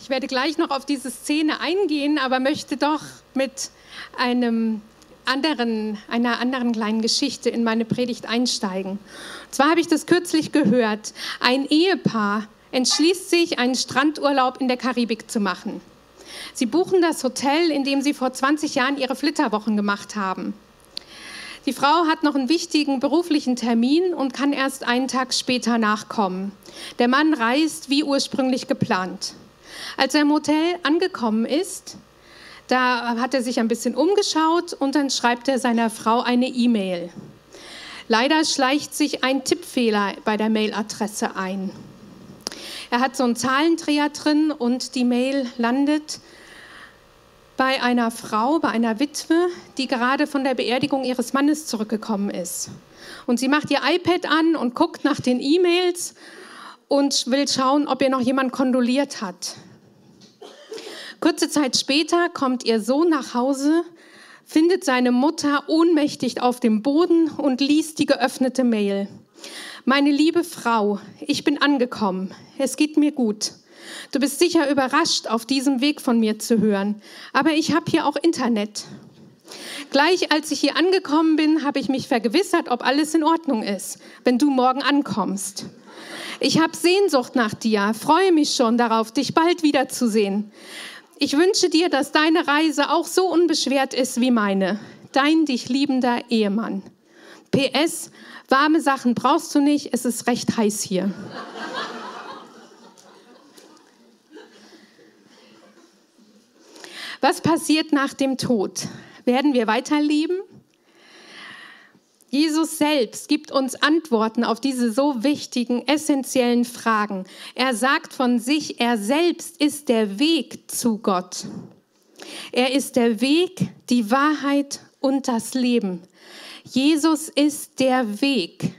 Ich werde gleich noch auf diese Szene eingehen, aber möchte doch mit einer anderen kleinen Geschichte in meine Predigt einsteigen. Und zwar habe ich das kürzlich gehört. Ein Ehepaar entschließt sich, einen Strandurlaub in der Karibik zu machen. Sie buchen das Hotel, in dem sie vor 20 Jahren ihre Flitterwochen gemacht haben. Die Frau hat noch einen wichtigen beruflichen Termin und kann erst einen Tag später nachkommen. Der Mann reist wie ursprünglich geplant. Als er im Hotel angekommen ist, da hat er sich ein bisschen umgeschaut und dann schreibt er seiner Frau eine E-Mail. Leider schleicht sich ein Tippfehler bei der Mailadresse ein. Er hat so einen Zahlendreher drin und die Mail landet bei einer Frau, bei einer Witwe, die gerade von der Beerdigung ihres Mannes zurückgekommen ist. Und sie macht ihr iPad an und guckt nach den E-Mails und will schauen, ob ihr noch jemand kondoliert hat. Kurze Zeit später kommt ihr Sohn nach Hause, findet seine Mutter ohnmächtig auf dem Boden und liest die geöffnete Mail. Meine liebe Frau, ich bin angekommen. Es geht mir gut. Du bist sicher überrascht, auf diesem Weg von mir zu hören. Aber ich habe hier auch Internet. Gleich als ich hier angekommen bin, habe ich mich vergewissert, ob alles in Ordnung ist, wenn du morgen ankommst. Ich habe Sehnsucht nach dir, freue mich schon darauf, dich bald wiederzusehen. Ich wünsche dir, dass deine Reise auch so unbeschwert ist wie meine. Dein dich liebender Ehemann. PS, warme Sachen brauchst du nicht, es ist recht heiß hier. Was passiert nach dem Tod? Werden wir weiterleben? Jesus selbst gibt uns Antworten auf diese so wichtigen, essentiellen Fragen. Er sagt von sich, er selbst ist der Weg zu Gott. Er ist der Weg, die Wahrheit und das Leben. Jesus ist der Weg.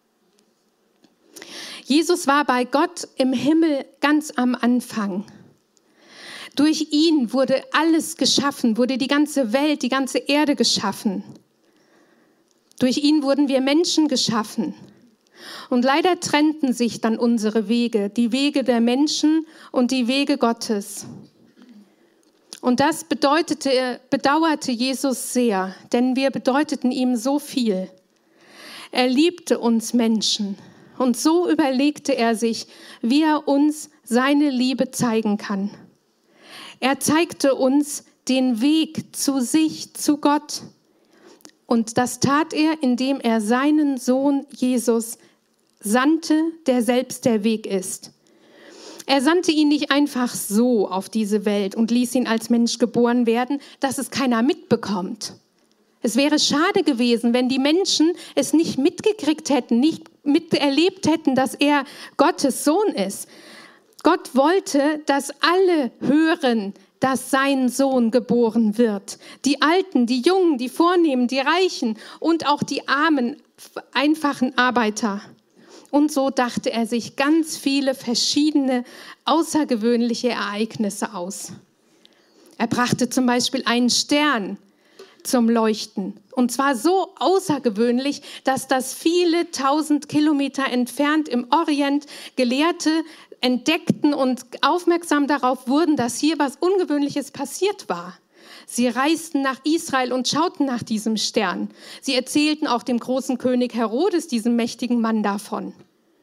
Jesus war bei Gott im Himmel ganz am Anfang. Durch ihn wurde alles geschaffen, wurde die ganze Welt, die ganze Erde geschaffen. Durch ihn wurden wir Menschen geschaffen. Und leider trennten sich dann unsere Wege, die Wege der Menschen und die Wege Gottes. Und das bedauerte Jesus sehr, denn wir bedeuteten ihm so viel. Er liebte uns Menschen und so überlegte er sich, wie er uns seine Liebe zeigen kann. Er zeigte uns den Weg zu sich, zu Gott. Und das tat er, indem er seinen Sohn Jesus sandte, der selbst der Weg ist. Er sandte ihn nicht einfach so auf diese Welt und ließ ihn als Mensch geboren werden, dass es keiner mitbekommt. Es wäre schade gewesen, wenn die Menschen es nicht mitgekriegt hätten, nicht miterlebt hätten, dass er Gottes Sohn ist. Gott wollte, dass alle hören, dass sein Sohn geboren wird. Die Alten, die Jungen, die Vornehmen, die Reichen und auch die armen, einfachen Arbeiter. Und so dachte er sich ganz viele verschiedene, außergewöhnliche Ereignisse aus. Er brachte zum Beispiel einen Stern zum Leuchten. Und zwar so außergewöhnlich, dass das viele 1000 Kilometer entfernt im Orient Gelehrte entdeckten und aufmerksam darauf wurden, dass hier was Ungewöhnliches passiert war. Sie reisten nach Israel und schauten nach diesem Stern. Sie erzählten auch dem großen König Herodes, diesem mächtigen Mann, davon.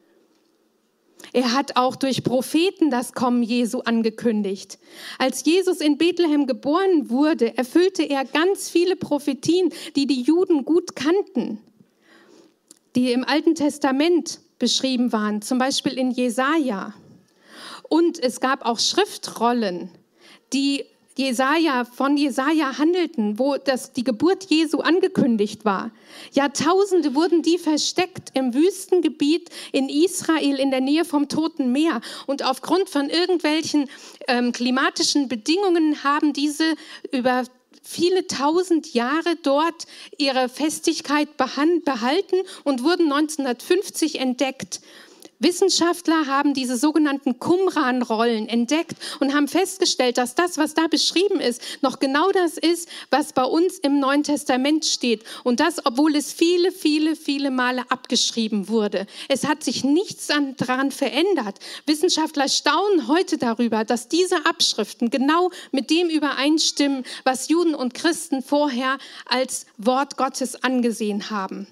Er hat auch durch Propheten das Kommen Jesu angekündigt. Als Jesus in Bethlehem geboren wurde, erfüllte er ganz viele Prophetien, die die Juden gut kannten, die im Alten Testament beschrieben waren, zum Beispiel in Jesaja. Und es gab auch Schriftrollen, die von Jesaja handelten, wo die Geburt Jesu angekündigt war. Jahrtausende wurden die versteckt im Wüstengebiet in Israel in der Nähe vom Toten Meer. Und aufgrund von irgendwelchen klimatischen Bedingungen haben diese über viele 1000 Jahre dort ihre Festigkeit behalten und wurden 1950 entdeckt. Wissenschaftler haben diese sogenannten Qumran-Rollen entdeckt und haben festgestellt, dass das, was da beschrieben ist, noch genau das ist, was bei uns im Neuen Testament steht. Und das, obwohl es viele, viele, viele Male abgeschrieben wurde. Es hat sich nichts daran verändert. Wissenschaftler staunen heute darüber, dass diese Abschriften genau mit dem übereinstimmen, was Juden und Christen vorher als Wort Gottes angesehen haben.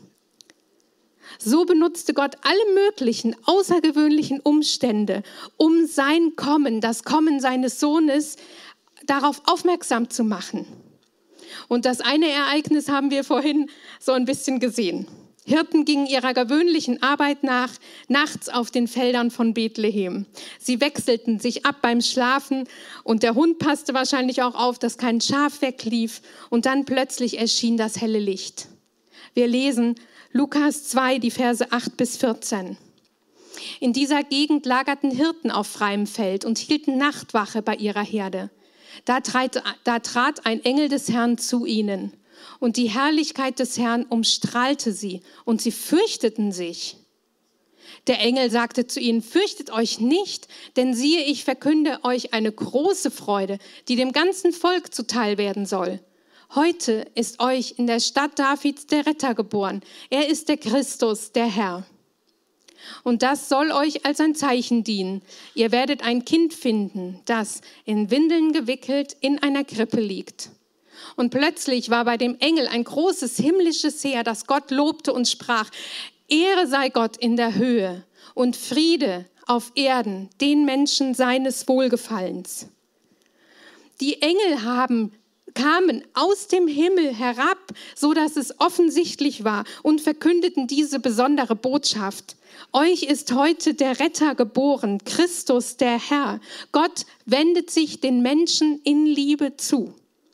So benutzte Gott alle möglichen außergewöhnlichen Umstände, um sein Kommen, das Kommen seines Sohnes, darauf aufmerksam zu machen. Und das eine Ereignis haben wir vorhin so ein bisschen gesehen. Hirten gingen ihrer gewöhnlichen Arbeit nach, nachts auf den Feldern von Bethlehem. Sie wechselten sich ab beim Schlafen und der Hund passte wahrscheinlich auch auf, dass kein Schaf weglief. Und dann plötzlich erschien das helle Licht. Wir lesen Lukas 2, die Verse 8 bis 14. In dieser Gegend lagerten Hirten auf freiem Feld und hielten Nachtwache bei ihrer Herde. Da trat ein Engel des Herrn zu ihnen und die Herrlichkeit des Herrn umstrahlte sie und sie fürchteten sich. Der Engel sagte zu ihnen, fürchtet euch nicht, denn siehe, ich verkünde euch eine große Freude, die dem ganzen Volk zuteil werden soll. Heute ist euch in der Stadt Davids der Retter geboren. Er ist der Christus, der Herr. Und das soll euch als ein Zeichen dienen. Ihr werdet ein Kind finden, das in Windeln gewickelt in einer Krippe liegt. Und plötzlich war bei dem Engel ein großes himmlisches Heer, das Gott lobte und sprach, Ehre sei Gott in der Höhe und Friede auf Erden den Menschen seines Wohlgefallens. Die Engel kamen aus dem Himmel herab, so dass es offensichtlich war und verkündeten diese besondere Botschaft. Euch ist heute der Retter geboren, Christus der Herr. Gott wendet sich den Menschen in Liebe zu.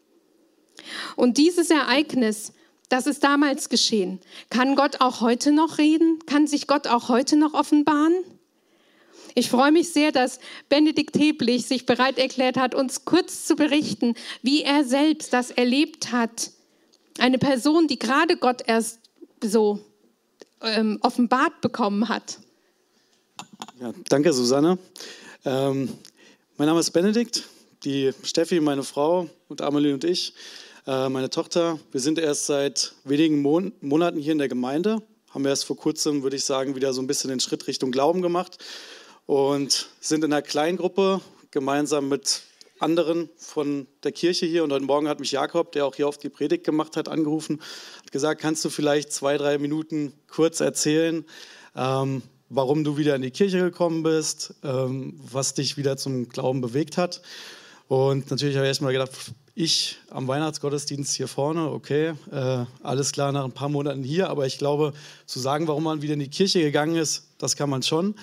Und dieses Ereignis, das ist damals geschehen. Kann Gott auch heute noch reden? Kann sich Gott auch heute noch offenbaren? Ich freue mich sehr, dass Benedikt Heblich sich bereit erklärt hat, uns kurz zu berichten, wie er selbst das erlebt hat. Eine Person, die gerade Gott erst so offenbart bekommen hat. Ja, danke, Susanne. Mein Name ist Benedikt. Die Steffi, meine Frau, und Amelie und ich, meine Tochter, wir sind erst seit wenigen Monaten hier in der Gemeinde, haben erst vor kurzem, würde ich sagen, wieder so ein bisschen den Schritt Richtung Glauben gemacht. Und sind in einer Kleingruppe gemeinsam mit anderen von der Kirche hier. Und heute Morgen hat mich Jakob, der auch hier oft die Predigt gemacht hat, angerufen, hat gesagt, kannst du vielleicht 2-3 Minuten kurz erzählen, warum du wieder in die Kirche gekommen bist, was dich wieder zum Glauben bewegt hat. Und natürlich habe ich erst mal gedacht, ich am Weihnachtsgottesdienst hier vorne, okay, alles klar nach ein paar Monaten hier. Aber ich glaube, zu sagen, warum man wieder in die Kirche gegangen ist, das kann man schon.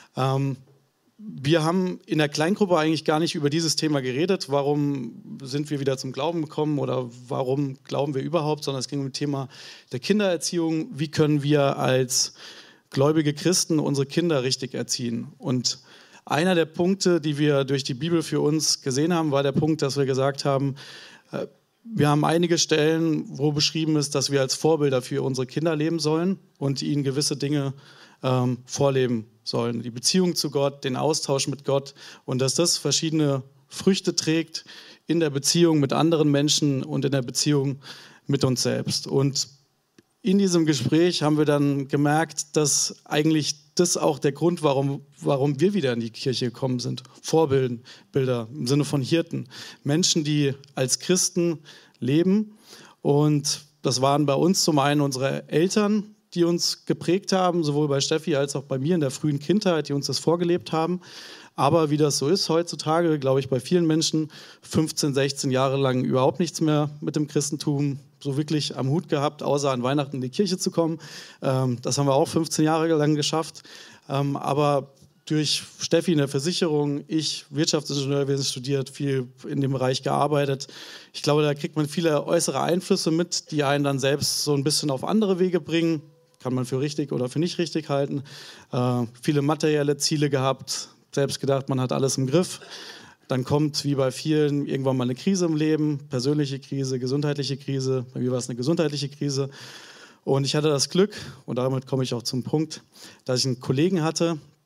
Wir haben in der Kleingruppe eigentlich gar nicht über dieses Thema geredet, warum sind wir wieder zum Glauben gekommen oder warum glauben wir überhaupt, sondern es ging um das Thema der Kindererziehung. Wie können wir als gläubige Christen unsere Kinder richtig erziehen? Und einer der Punkte, die wir durch die Bibel für uns gesehen haben, war der Punkt, dass wir gesagt haben, wir haben einige Stellen, wo beschrieben ist, dass wir als Vorbilder für unsere Kinder leben sollen und ihnen gewisse Dinge vorleben sollen. Die Beziehung zu Gott, den Austausch mit Gott und dass das verschiedene Früchte trägt in der Beziehung mit anderen Menschen und in der Beziehung mit uns selbst. Und in diesem Gespräch haben wir dann gemerkt, dass eigentlich das auch der Grund, warum wir wieder in die Kirche gekommen sind. Vorbilder im Sinne von Hirten. Menschen, die als Christen leben. Und das waren bei uns zum einen unsere Eltern, die uns geprägt haben, sowohl bei Steffi als auch bei mir in der frühen Kindheit, die uns das vorgelebt haben. Aber wie das so ist heutzutage, glaube ich, bei vielen Menschen 15, 16 Jahre lang überhaupt nichts mehr mit dem Christentum so wirklich am Hut gehabt, außer an Weihnachten in die Kirche zu kommen. Das haben wir auch 15 Jahre lang geschafft. Aber durch Steffi in der Versicherung, ich Wirtschaftsingenieurwesen studiert, viel in dem Bereich gearbeitet. Ich glaube, da kriegt man viele äußere Einflüsse mit, die einen dann selbst so ein bisschen auf andere Wege bringen. Kann man für richtig oder für nicht richtig halten. Viele materielle Ziele gehabt, selbst gedacht, man hat alles im Griff. Dann kommt, wie bei vielen, irgendwann mal eine Krise im Leben, persönliche Krise, gesundheitliche Krise. Bei mir war es eine gesundheitliche Krise. Und ich hatte das Glück, und damit komme ich auch zum Punkt, dass ich einen Kollegen hatte,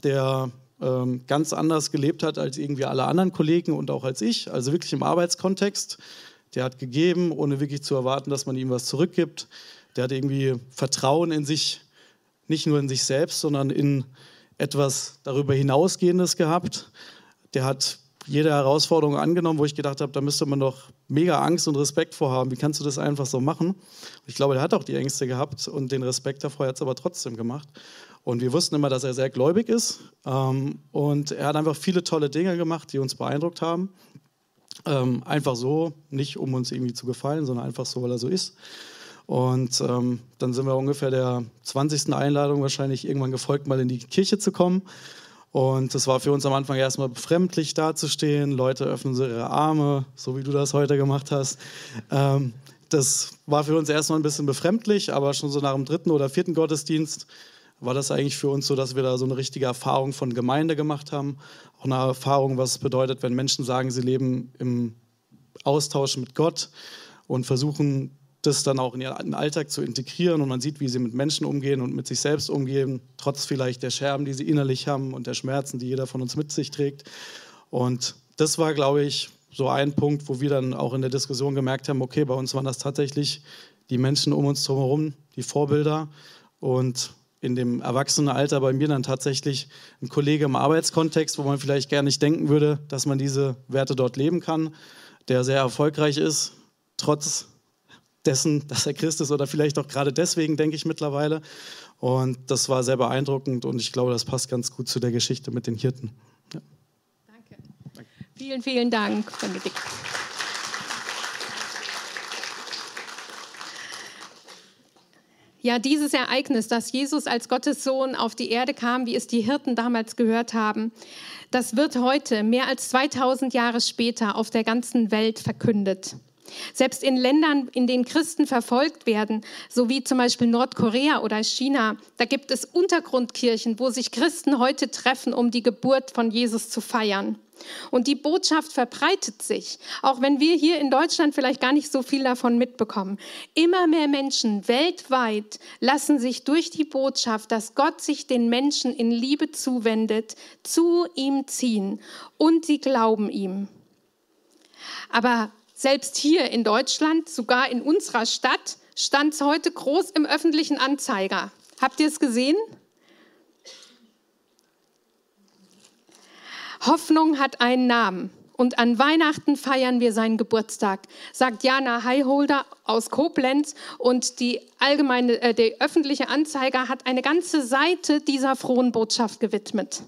der ganz anders gelebt hat als irgendwie alle anderen Kollegen und auch als ich, also wirklich im Arbeitskontext. Der hat gegeben, ohne wirklich zu erwarten, dass man ihm was zurückgibt. Der hat irgendwie Vertrauen in sich, nicht nur in sich selbst, sondern in etwas darüber hinausgehendes gehabt. Der hat jede Herausforderung angenommen, wo ich gedacht habe, da müsste man doch mega Angst und Respekt vor haben. Wie kannst du das einfach so machen? Ich glaube, der hat auch die Ängste gehabt und den Respekt davor, hat es aber trotzdem gemacht. Und wir wussten immer, dass er sehr gläubig ist. Und er hat einfach viele tolle Dinge gemacht, die uns beeindruckt haben. Einfach so, nicht um uns irgendwie zu gefallen, sondern einfach so, weil er so ist. Und dann sind wir ungefähr der 20. Einladung wahrscheinlich irgendwann gefolgt, mal in die Kirche zu kommen. Und das war für uns am Anfang erstmal befremdlich dazustehen. Leute öffnen so ihre Arme, so wie du das heute gemacht hast. Das war für uns erstmal ein bisschen befremdlich, aber schon so nach dem 3. oder 4. Gottesdienst war das eigentlich für uns so, dass wir da so eine richtige Erfahrung von Gemeinde gemacht haben. Auch eine Erfahrung, was es bedeutet, wenn Menschen sagen, sie leben im Austausch mit Gott und versuchen, das dann auch in ihren Alltag zu integrieren. Und man sieht, wie sie mit Menschen umgehen und mit sich selbst umgehen, trotz vielleicht der Scherben, die sie innerlich haben und der Schmerzen, die jeder von uns mit sich trägt. Und das war, glaube ich, so ein Punkt, wo wir dann auch in der Diskussion gemerkt haben, okay, bei uns waren das tatsächlich die Menschen um uns herum, die Vorbilder. Und in dem Erwachsenenalter bei mir dann tatsächlich ein Kollege im Arbeitskontext, wo man vielleicht gar nicht denken würde, dass man diese Werte dort leben kann, der sehr erfolgreich ist, trotz dessen, dass er Christ ist oder vielleicht auch gerade deswegen, denke ich mittlerweile. Und das war sehr beeindruckend und ich glaube, das passt ganz gut zu der Geschichte mit den Hirten. Ja. Danke. Vielen, vielen Dank, Benedikt. Ja, dieses Ereignis, dass Jesus als Gottes Sohn auf die Erde kam, wie es die Hirten damals gehört haben, das wird heute, mehr als 2000 Jahre später, auf der ganzen Welt verkündet. Selbst in Ländern, in denen Christen verfolgt werden, so wie zum Beispiel Nordkorea oder China, da gibt es Untergrundkirchen, wo sich Christen heute treffen, um die Geburt von Jesus zu feiern. Und die Botschaft verbreitet sich, auch wenn wir hier in Deutschland vielleicht gar nicht so viel davon mitbekommen. Immer mehr Menschen weltweit lassen sich durch die Botschaft, dass Gott sich den Menschen in Liebe zuwendet, zu ihm ziehen und sie glauben ihm. Aber selbst hier in Deutschland, sogar in unserer Stadt, stand es heute groß im öffentlichen Anzeiger. Habt ihr es gesehen? Hoffnung hat einen Namen und an Weihnachten feiern wir seinen Geburtstag, sagt Jana Highholder aus Koblenz und die öffentliche Anzeiger hat eine ganze Seite dieser frohen Botschaft gewidmet.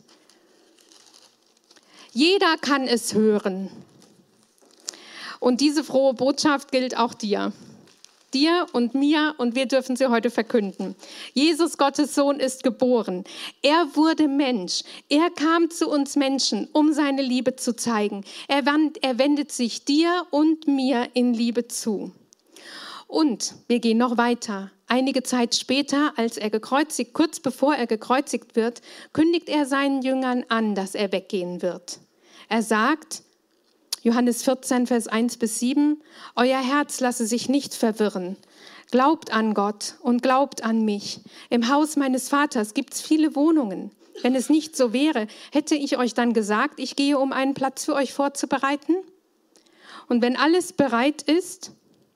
Jeder kann es hören. Und diese frohe Botschaft gilt auch dir und mir, und wir dürfen sie heute verkünden. Jesus, Gottes Sohn, ist geboren. Er wurde Mensch. Er kam zu uns Menschen, um seine Liebe zu zeigen. Er wendet sich dir und mir in Liebe zu. Und wir gehen noch weiter. Einige Zeit später, kurz bevor er gekreuzigt wird, kündigt er seinen Jüngern an, dass er weggehen wird. Er sagt, Johannes 14, Vers 1-7, euer Herz lasse sich nicht verwirren. Glaubt an Gott und glaubt an mich. Im Haus meines Vaters gibt es viele Wohnungen. Wenn es nicht so wäre, hätte ich euch dann gesagt, ich gehe, um einen Platz für euch vorzubereiten? Und wenn alles bereit ist,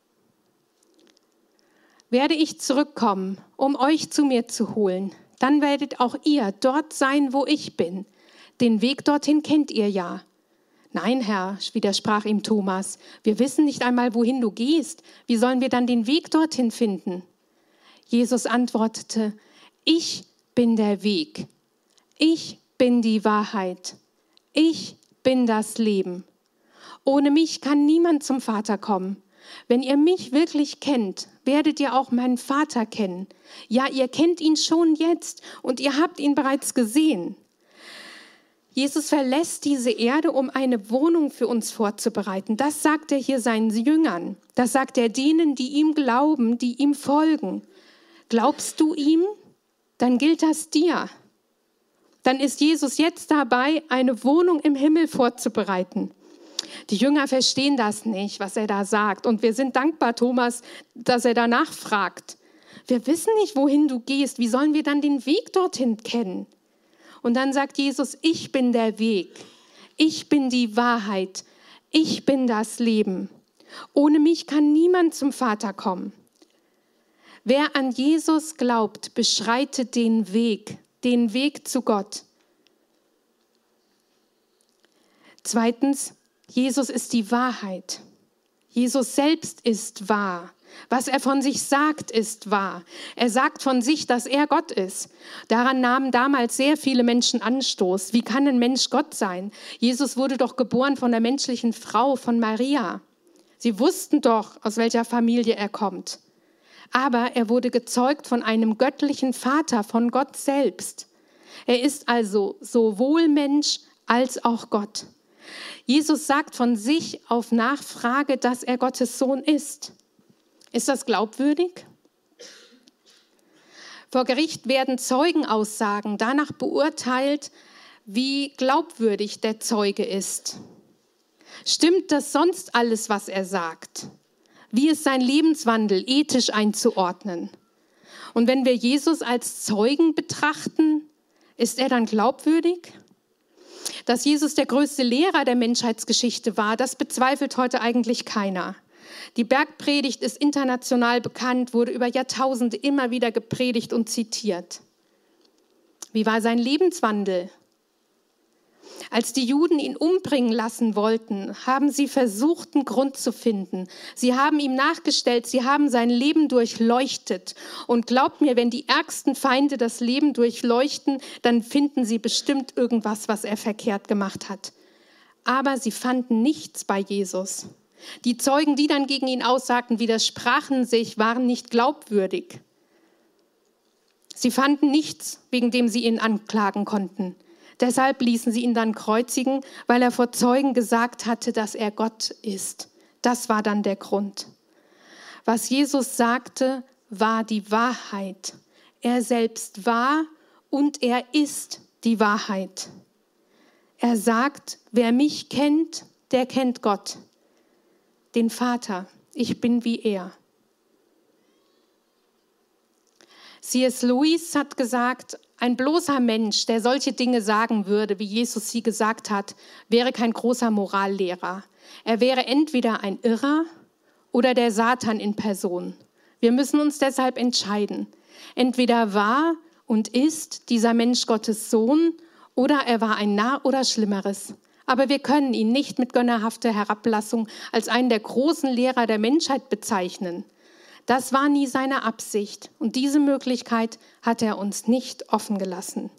werde ich zurückkommen, um euch zu mir zu holen. Dann werdet auch ihr dort sein, wo ich bin. Den Weg dorthin kennt ihr ja. Nein, Herr, widersprach ihm Thomas, wir wissen nicht einmal, wohin du gehst. Wie sollen wir dann den Weg dorthin finden? Jesus antwortete, ich bin der Weg. Ich bin die Wahrheit. Ich bin das Leben. Ohne mich kann niemand zum Vater kommen. Wenn ihr mich wirklich kennt, werdet ihr auch meinen Vater kennen. Ja, ihr kennt ihn schon jetzt und ihr habt ihn bereits gesehen. Jesus verlässt diese Erde, um eine Wohnung für uns vorzubereiten. Das sagt er hier seinen Jüngern. Das sagt er denen, die ihm glauben, die ihm folgen. Glaubst du ihm? Dann gilt das dir. Dann ist Jesus jetzt dabei, eine Wohnung im Himmel vorzubereiten. Die Jünger verstehen das nicht, was er da sagt. Und wir sind dankbar, Thomas, dass er danach fragt. Wir wissen nicht, wohin du gehst. Wie sollen wir dann den Weg dorthin kennen? Und dann sagt Jesus, ich bin der Weg, ich bin die Wahrheit, ich bin das Leben. Ohne mich kann niemand zum Vater kommen. Wer an Jesus glaubt, beschreitet den Weg zu Gott. Zweitens, Jesus ist die Wahrheit. Jesus selbst ist wahr. Was er von sich sagt, ist wahr. Er sagt von sich, dass er Gott ist. Daran nahmen damals sehr viele Menschen Anstoß. Wie kann ein Mensch Gott sein? Jesus wurde doch geboren von der menschlichen Frau, von Maria. Sie wussten doch, aus welcher Familie er kommt. Aber er wurde gezeugt von einem göttlichen Vater, von Gott selbst. Er ist also sowohl Mensch als auch Gott. Jesus sagt von sich auf Nachfrage, dass er Gottes Sohn ist. Ist das glaubwürdig? Vor Gericht werden Zeugenaussagen danach beurteilt, wie glaubwürdig der Zeuge ist. Stimmt das sonst alles, was er sagt? Wie ist sein Lebenswandel ethisch einzuordnen? Und wenn wir Jesus als Zeugen betrachten, ist er dann glaubwürdig? Dass Jesus der größte Lehrer der Menschheitsgeschichte war, das bezweifelt heute eigentlich keiner. Die Bergpredigt ist international bekannt, wurde über Jahrtausende immer wieder gepredigt und zitiert. Wie war sein Lebenswandel? Als die Juden ihn umbringen lassen wollten, haben sie versucht, einen Grund zu finden. Sie haben ihm nachgestellt, sie haben sein Leben durchleuchtet. Und glaubt mir, wenn die ärgsten Feinde das Leben durchleuchten, dann finden sie bestimmt irgendwas, was er verkehrt gemacht hat. Aber sie fanden nichts bei Jesus. Die Zeugen, die dann gegen ihn aussagten, widersprachen sich, waren nicht glaubwürdig. Sie fanden nichts, wegen dem sie ihn anklagen konnten. Deshalb ließen sie ihn dann kreuzigen, weil er vor Zeugen gesagt hatte, dass er Gott ist. Das war dann der Grund. Was Jesus sagte, war die Wahrheit. Er selbst war und er ist die Wahrheit. Er sagt, wer mich kennt, der kennt Gott, den Vater. Ich bin wie er. C.S. Lewis hat gesagt, ein bloßer Mensch, der solche Dinge sagen würde, wie Jesus sie gesagt hat, wäre kein großer Morallehrer. Er wäre entweder ein Irrer oder der Satan in Person. Wir müssen uns deshalb entscheiden. Entweder war und ist dieser Mensch Gottes Sohn oder er war ein Narr oder Schlimmeres. Aber wir können ihn nicht mit gönnerhafter Herablassung als einen der großen Lehrer der Menschheit bezeichnen. Das war nie seine Absicht und diese Möglichkeit hat er uns nicht offen gelassen.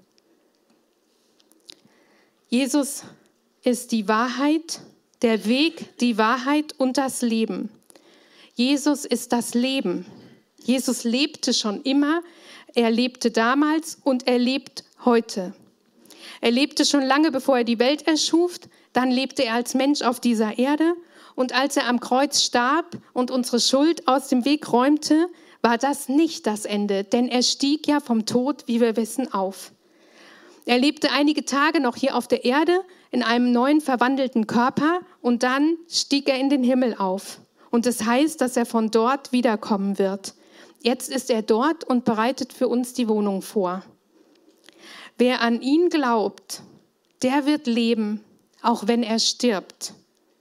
Jesus ist die Wahrheit, der Weg, die Wahrheit und das Leben. Jesus ist das Leben. Jesus lebte schon immer, er lebte damals und er lebt heute. Er lebte schon lange, bevor er die Welt erschuf, dann lebte er als Mensch auf dieser Erde. Und als er am Kreuz starb und unsere Schuld aus dem Weg räumte, war das nicht das Ende, denn er stieg ja vom Tod, wie wir wissen, auf. Er lebte einige Tage noch hier auf der Erde in einem neuen verwandelten Körper und dann stieg er in den Himmel auf. Und das heißt, dass er von dort wiederkommen wird. Jetzt ist er dort und bereitet für uns die Wohnung vor. Wer an ihn glaubt, der wird leben, auch wenn er stirbt.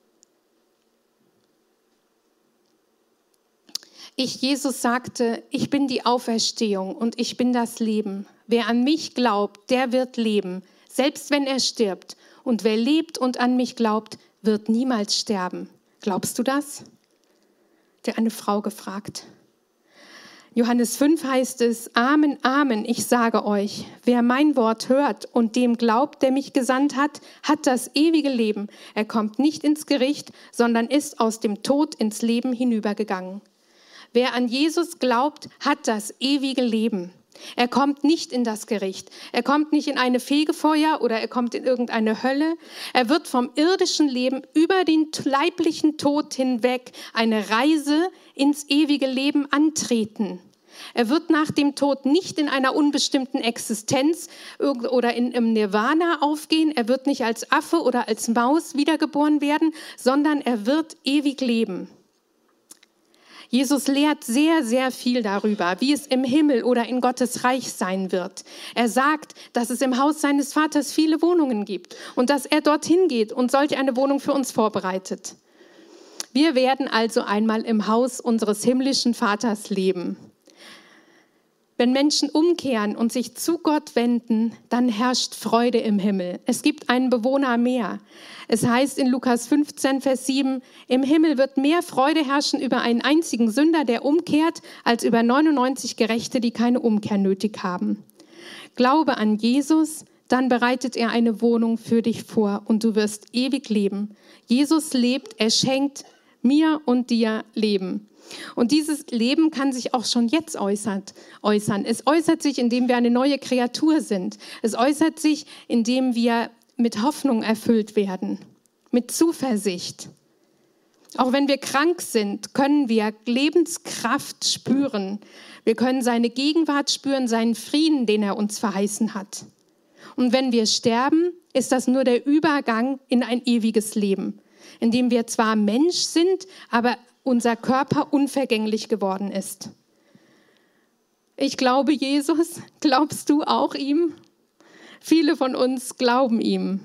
Jesus sagte, ich bin die Auferstehung und ich bin das Leben. Wer an mich glaubt, der wird leben, selbst wenn er stirbt. Und wer lebt und an mich glaubt, wird niemals sterben. Glaubst du das? Hat eine Frau gefragt. Johannes 5 heißt es, Amen, Amen, ich sage euch, wer mein Wort hört und dem glaubt, der mich gesandt hat, hat das ewige Leben. Er kommt nicht ins Gericht, sondern ist aus dem Tod ins Leben hinübergegangen. Wer an Jesus glaubt, hat das ewige Leben. Er kommt nicht in das Gericht. Er kommt nicht in eine Fegefeuer oder er kommt in irgendeine Hölle. Er wird vom irdischen Leben über den leiblichen Tod hinweg eine Reise ins ewige Leben antreten. Er wird nach dem Tod nicht in einer unbestimmten Existenz oder im Nirvana aufgehen. Er wird nicht als Affe oder als Maus wiedergeboren werden, sondern er wird ewig leben. Jesus lehrt sehr, sehr viel darüber, wie es im Himmel oder in Gottes Reich sein wird. Er sagt, dass es im Haus seines Vaters viele Wohnungen gibt und dass er dorthin geht und solch eine Wohnung für uns vorbereitet. Wir werden also einmal im Haus unseres himmlischen Vaters leben. Wenn Menschen umkehren und sich zu Gott wenden, dann herrscht Freude im Himmel. Es gibt einen Bewohner mehr. Es heißt in Lukas 15, Vers 7, im Himmel wird mehr Freude herrschen über einen einzigen Sünder, der umkehrt, als über 99 Gerechte, die keine Umkehr nötig haben. Glaube an Jesus, dann bereitet er eine Wohnung für dich vor und du wirst ewig leben. Jesus lebt, er schenkt mir und dir Leben. Und dieses Leben kann sich auch schon jetzt äußern. Es äußert sich, indem wir eine neue Kreatur sind. Es äußert sich, indem wir mit Hoffnung erfüllt werden, mit Zuversicht. Auch wenn wir krank sind, können wir Lebenskraft spüren. Wir können seine Gegenwart spüren, seinen Frieden, den er uns verheißen hat. Und wenn wir sterben, ist das nur der Übergang in ein ewiges Leben, in dem wir zwar Mensch sind, aber unser Körper unvergänglich geworden ist. Ich glaube Jesus. Glaubst du auch ihm? Viele von uns glauben ihm.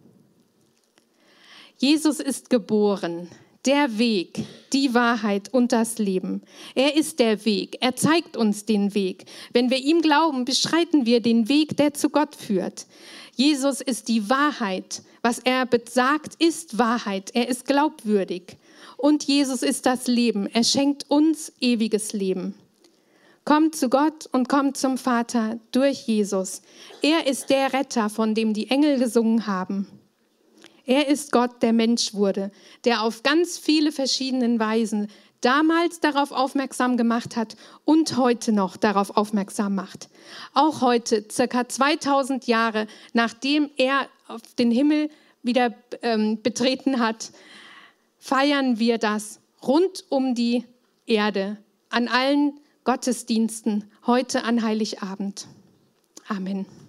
Jesus ist geboren, der Weg, die Wahrheit und das Leben. Er ist der Weg, er zeigt uns den Weg. Wenn wir ihm glauben, beschreiten wir den Weg, der zu Gott führt. Jesus ist die Wahrheit. Was er besagt, ist Wahrheit. Er ist glaubwürdig. Und Jesus ist das Leben. Er schenkt uns ewiges Leben. Kommt zu Gott und kommt zum Vater durch Jesus. Er ist der Retter, von dem die Engel gesungen haben. Er ist Gott, der Mensch wurde, der auf ganz viele verschiedene Weisen damals darauf aufmerksam gemacht hat und heute noch darauf aufmerksam macht. Auch heute, circa 2000 Jahre, nachdem er auf den Himmel wieder betreten hat, feiern wir das rund um die Erde, an allen Gottesdiensten, heute an Heiligabend. Amen.